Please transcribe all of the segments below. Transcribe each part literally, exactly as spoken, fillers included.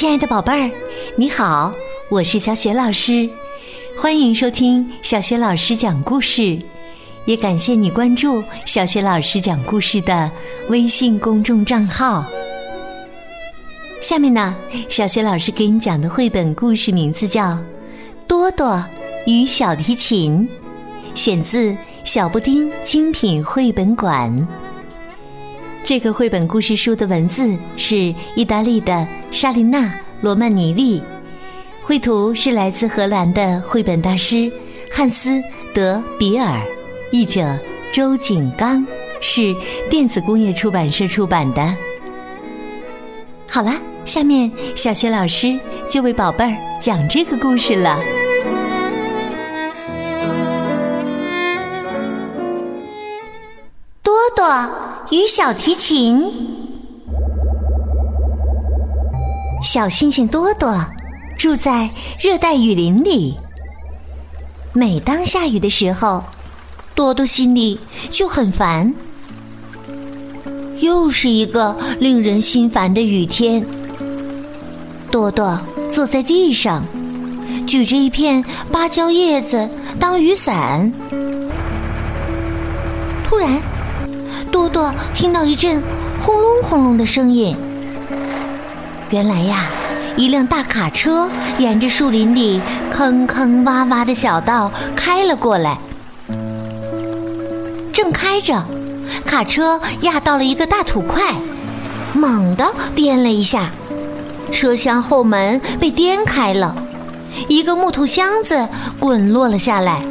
爱的宝贝儿，你好，我是小雪老师，欢迎收听小雪老师讲故事，也感谢你关注小雪老师讲故事的微信公众账号。下面呢，小雪老师给你讲的绘本故事名字叫《多多与小提琴》，选自小布丁精品绘本馆。这个绘本故事书的文字是意大利的莎琳娜·罗曼尼利，绘图是来自荷兰的绘本大师汉斯·德比尔，译者周景刚，是电子工业出版社出版的。好了，下面小雪老师就为宝贝儿讲这个故事了。多多与小提琴。小猩猩多多住在热带雨林里，每当下雨的时候，多多心里就很烦。又是一个令人心烦的雨天。多多坐在地上，举着一片芭蕉叶子当雨伞。突然，多多听到一阵轰隆轰隆的声音。原来呀，一辆大卡车沿着树林里坑坑洼洼的小道开了过来。正开着，卡车压到了一个大土块，猛地颠了一下，车厢后门被颠开了，一个木头箱子滚落了下来。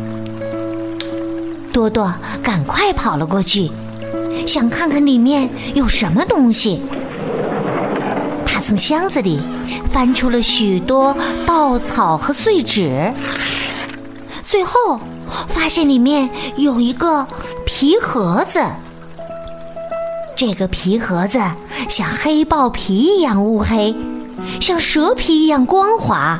多多赶快跑了过去，想看看里面有什么东西。他从箱子里翻出了许多稻草和碎纸，最后发现里面有一个皮盒子。这个皮盒子像黑豹皮一样乌黑，像蛇皮一样光滑。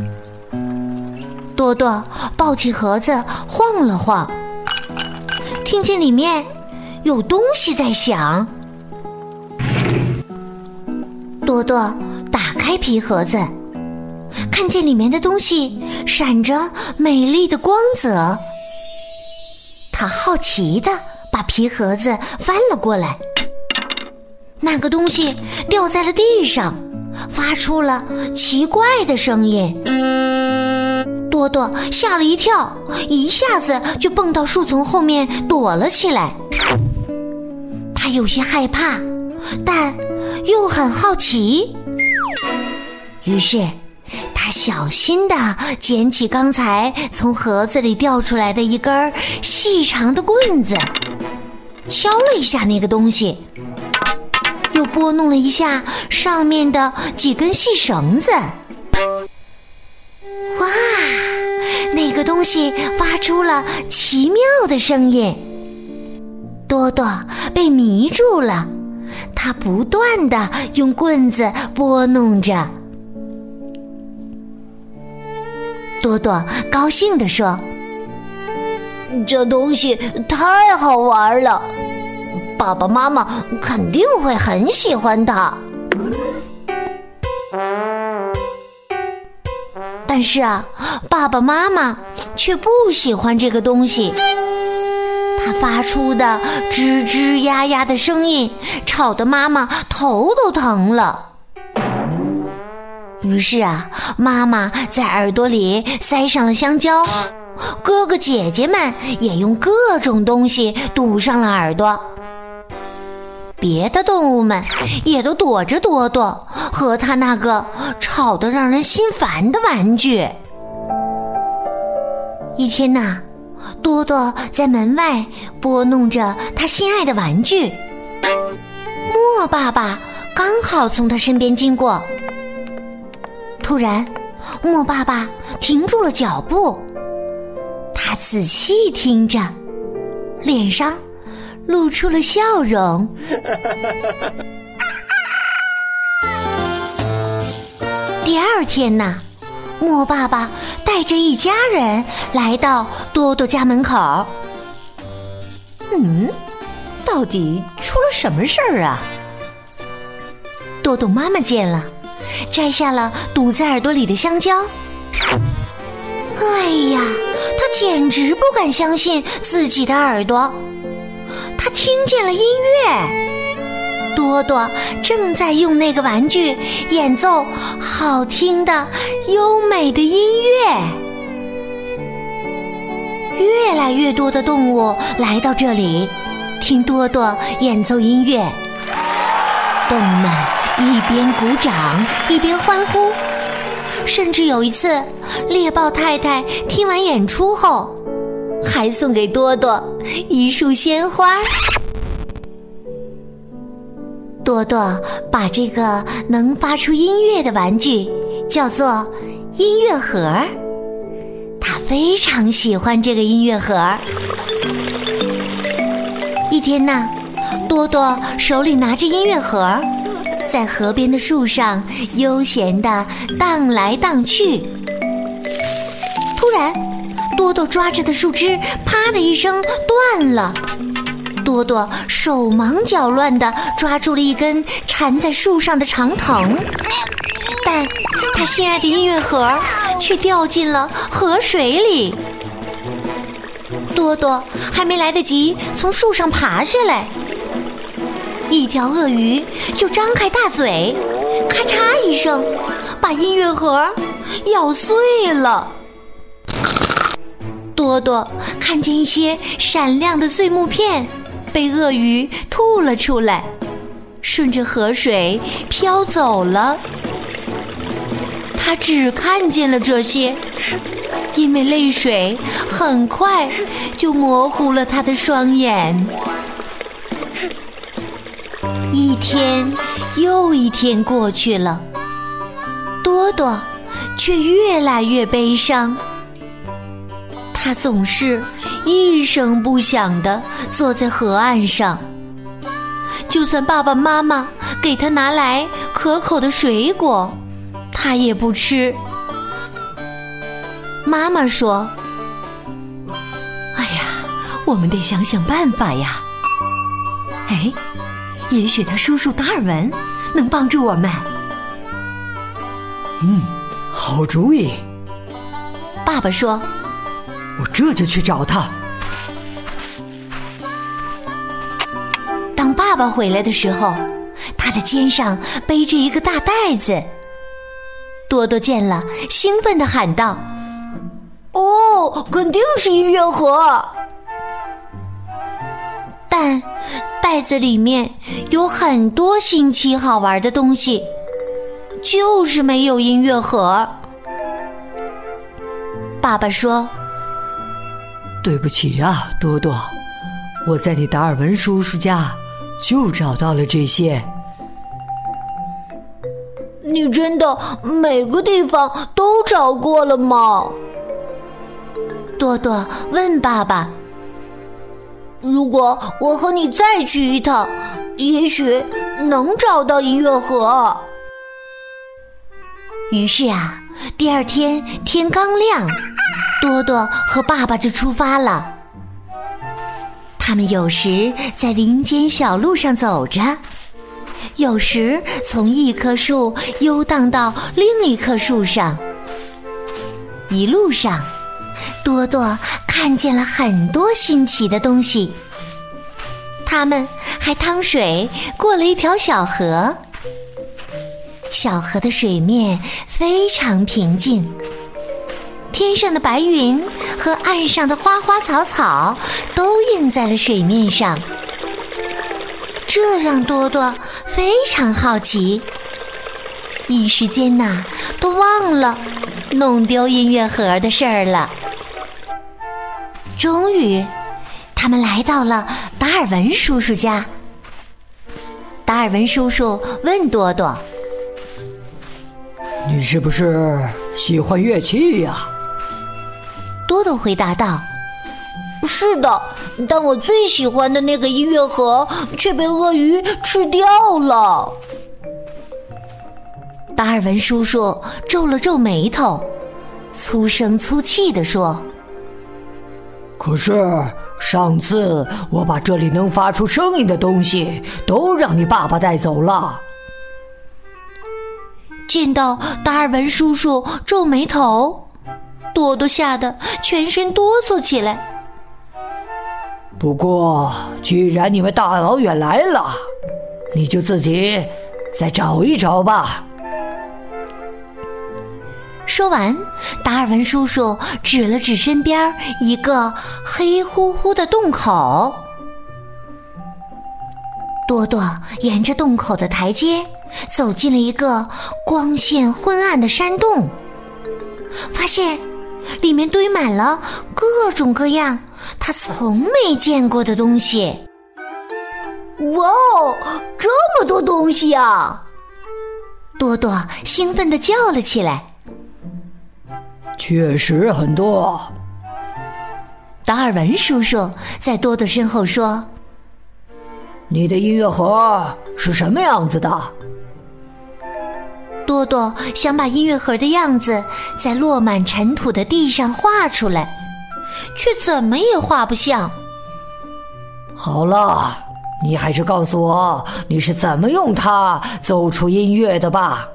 多多抱起盒子晃了晃，听见里面有东西在响。多多打开皮盒子，看见里面的东西闪着美丽的光泽。他好奇地把皮盒子翻了过来，那个东西掉在了地上，发出了奇怪的声音。多多吓了一跳，一下子就蹦到树丛后面躲了起来。他有些害怕，但又很好奇。于是他小心地捡起刚才从盒子里掉出来的一根细长的棍子，敲了一下那个东西，又拨弄了一下上面的几根细绳子。哇，那个东西发出了奇妙的声音。多多被迷住了，他不断地用棍子拨弄着。多多高兴地说：“这东西太好玩了，爸爸妈妈肯定会很喜欢它。”但是啊，爸爸妈妈却不喜欢这个东西。它发出的吱吱呀呀的声音，吵得妈妈头都疼了。于是啊，妈妈在耳朵里塞上了香蕉，哥哥姐姐们也用各种东西堵上了耳朵。别的动物们也都躲着多多和他那个吵得让人心烦的玩具。一天呐，多多在门外拨弄着他心爱的玩具，莫爸爸刚好从他身边经过。突然，莫爸爸停住了脚步，他仔细听着，脸上露出了笑容。第二天呢，莫爸爸带着一家人来到多多家门口。嗯，到底出了什么事儿啊？多多妈妈见了， 摘下了堵在耳朵里的香蕉。哎呀，他简直不敢相信自己的耳朵，他听见了音乐。多多正在用那个玩具演奏好听的优美的音乐。越来越多的动物来到这里，听多多演奏音乐。动物们一边鼓掌一边欢呼，甚至有一次，猎豹太太听完演出后，还送给多多一束鲜花。多多把这个能发出音乐的玩具叫做音乐盒，他非常喜欢这个音乐盒。一天呢，多多手里拿着音乐盒，在河边的树上悠闲地荡来荡去。突然，多多抓着的树枝啪的一声断了。多多手忙脚乱地抓住了一根缠在树上的长藤，但他心爱的音乐盒却掉进了河水里。多多还没来得及从树上爬下来，一条鳄鱼就张开大嘴，咔嚓一声把音乐盒咬碎了。多多看见一些闪亮的碎木片被鳄鱼吐了出来，顺着河水飘走了。他只看见了这些，因为泪水很快就模糊了他的双眼。一天又一天过去了，多多却越来越悲伤。他总是一声不响地坐在河岸上，就算爸爸妈妈给他拿来可口的水果，他也不吃。妈妈说：“哎呀，我们得想想办法呀。哎，也许他叔叔达尔文能帮助我们。” 嗯，好主意。 爸爸说：“ 我这就去找他。” 当爸爸回来的时候，他的肩上背着一个大袋子。多多见了，兴奋地喊道：“哦，肯定是音乐盒！”但袋子里面有很多新奇好玩的东西，就是没有音乐盒。爸爸说：“ 对不起呀，多多，我在你达尔文叔叔家就找到了这些。” 你真的每个地方都找过了吗？多多问爸爸。如果我和你再去一趟，也许能找到音乐盒。于是啊，第二天天刚亮，多多和爸爸就出发了。他们有时在林间小路上走着，有时从一棵树游荡到另一棵树上。一路上，多多看见了很多新奇的东西。他们还趟水过了一条小河，小河的水面非常平静，天上的白云和岸上的花花草草都映在了水面上。这让多多非常好奇，一时间呐，都忘了弄丢音乐盒的事儿了。终于，他们来到了达尔文叔叔家。达尔文叔叔问多多：“ 你是不是喜欢乐器呀？” 多多回答道：“是的，但我最喜欢的那个音乐盒却被鳄鱼吃掉了。”达尔文叔叔皱了皱眉头，粗声粗气地说：“ 可是上次我把这里能发出声音的东西都让你爸爸带走了。” 见到达尔文叔叔皱眉头，多多吓得全身哆嗦起来。 不过既然你们大老远来了，你就自己再找一找吧。 说完，达尔文叔叔指了指身边一个黑乎乎的洞口。多多沿着洞口的台阶走进了一个光线昏暗的山洞，发现里面堆满了各种各样他从没见过的东西。哇哦，这么多东西啊！多多兴奋地叫了起来。 确实很多。 达尔文叔叔在多多身后说： 你的音乐盒是什么样子的？ 多多想把音乐盒的样子在落满尘土的地上画出来，却怎么也画不像。 好了，你还是告诉我你是怎么用它奏出音乐的吧。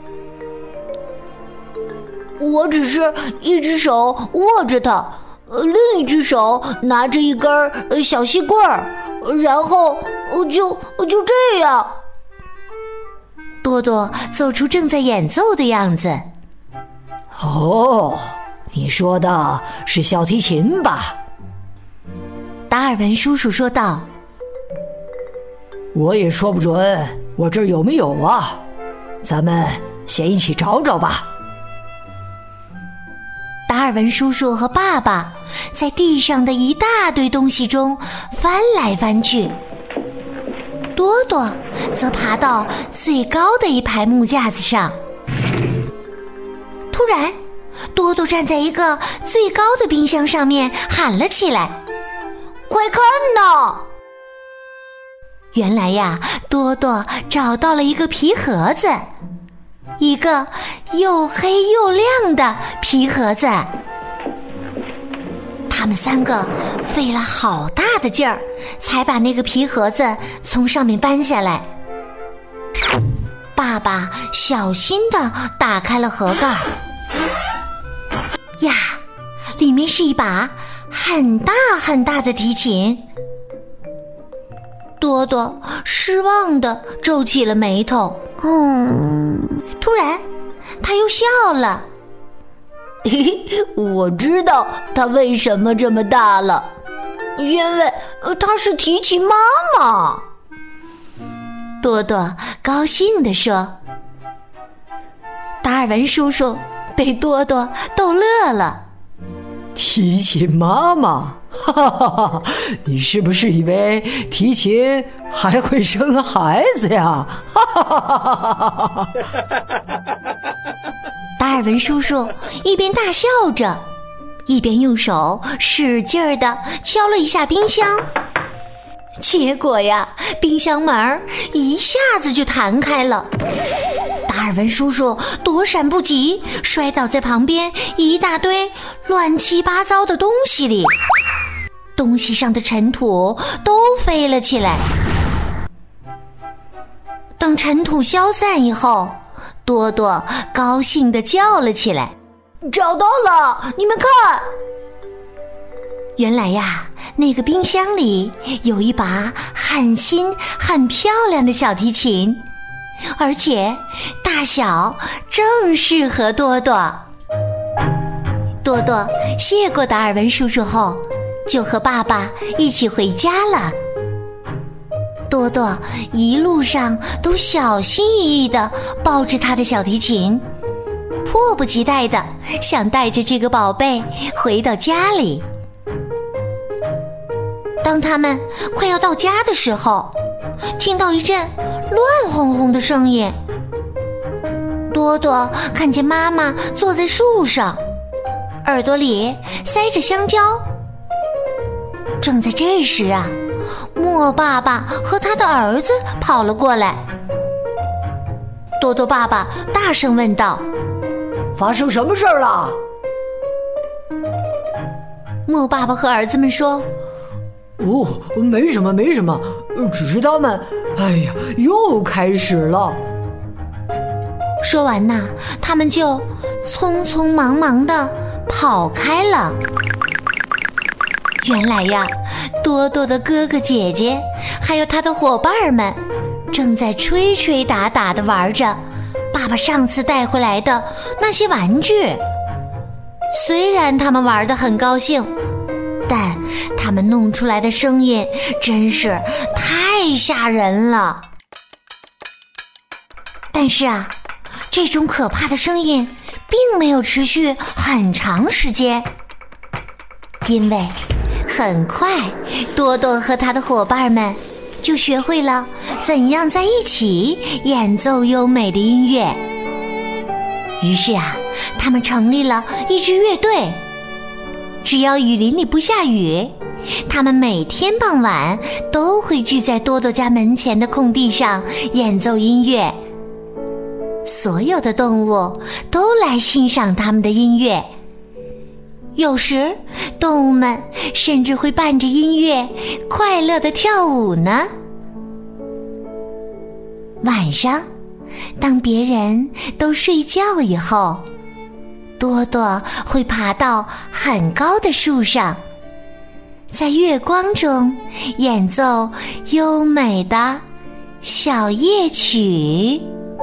我只是一只手握着它，另一只手拿着一根小细棍儿，然后就就这样。多多奏出正在演奏的样子。 哦，你说的是小提琴吧？ 达尔文叔叔说道。 我也说不准，我这儿有没有啊？咱们先一起找找吧。 达尔文叔叔和爸爸在地上的一大堆东西中翻来翻去，多多则爬到最高的一排木架子上。突然，多多站在一个最高的冰箱上面喊了起来：快看呐！原来呀，多多找到了一个皮盒子，一个又黑又亮的皮盒子。他们三个费了好大的劲儿，才把那个皮盒子从上面搬下来。爸爸小心地打开了盒盖，呀，里面是一把很大很大的提琴。多多失望地皱起了眉头。嗯，突然，他又笑了。嘿嘿，我知道它为什么这么大了，因为它是提琴妈妈。多多高兴地说。达尔文叔叔被多多逗乐了。 提琴妈妈，哈哈哈哈！你是不是以为提琴还会生孩子呀？哈哈哈哈哈！ 达尔文叔叔一边大笑着，一边用手使劲儿地敲了一下冰箱。结果呀，冰箱门一下子就弹开了。达尔文叔叔躲闪不及，摔倒在旁边一大堆乱七八糟的东西里，东西上的尘土都飞了起来。等尘土消散以后，多多高兴地叫了起来：找到了，你们看！原来呀，那个冰箱里有一把很新很漂亮的小提琴，而且大小正适合多多。多多谢过达尔文叔叔后，就和爸爸一起回家了。多多一路上都小心翼翼地抱着他的小提琴，迫不及待地想带着这个宝贝回到家里。当他们快要到家的时候，听到一阵乱哄哄的声音。多多看见妈妈坐在树上，耳朵里塞着香蕉。正在这时啊，莫爸爸和他的儿子跑了过来。多多爸爸大声问道： 发生什么事儿了？ 莫爸爸和儿子们说： 哦，没什么没什么，只是他们，哎呀，又开始了。 说完呐，他们就匆匆忙忙地跑开了。原来呀，多多的哥哥姐姐还有他的伙伴们正在吹吹打打地玩着爸爸上次带回来的那些玩具。虽然他们玩得很高兴，但他们弄出来的声音真是太吓人了。但是啊，这种可怕的声音并没有持续很长时间，因为很快多多和他的伙伴们就学会了怎样在一起演奏优美的音乐。于是啊，他们成立了一支乐队。只要雨林里不下雨，他们每天傍晚都会聚在多多家门前的空地上演奏音乐。所有的动物都来欣赏他们的音乐，有时动物们甚至会伴着音乐快乐地跳舞呢。晚上，当别人都睡觉以后，多多会爬到很高的树上，在月光中演奏优美的小夜曲。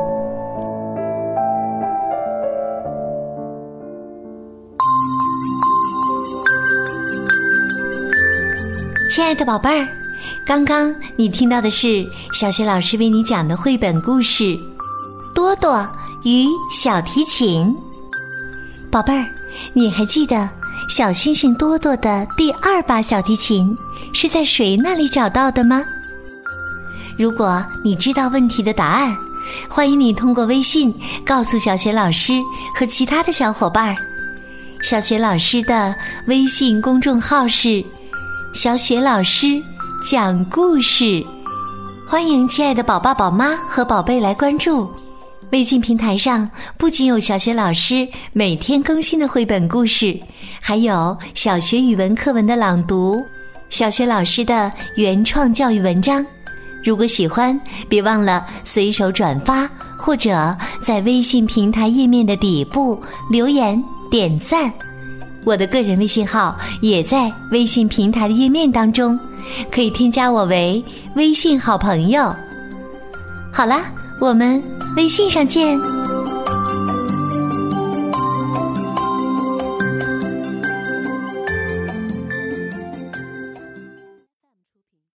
亲爱的宝贝儿，刚刚你听到的是小雪老师为你讲的绘本故事《多多与小提琴》。宝贝儿，你还记得小星星多多的第二把小提琴是在谁那里找到的吗？如果你知道问题的答案，欢迎你通过微信告诉小雪老师和其他的小伙伴。小雪老师的微信公众号是小雪老师讲故事，欢迎亲爱的宝爸宝妈和宝贝来关注。微信平台上不仅有小雪老师每天更新的绘本故事，还有小学语文课文的朗读，小雪老师的原创教育文章。如果喜欢，别忘了随手转发，或者在微信平台页面的底部留言点赞。我的个人微信号也在微信平台的页面当中，可以添加我为微信好朋友。好啦，我们微信上见。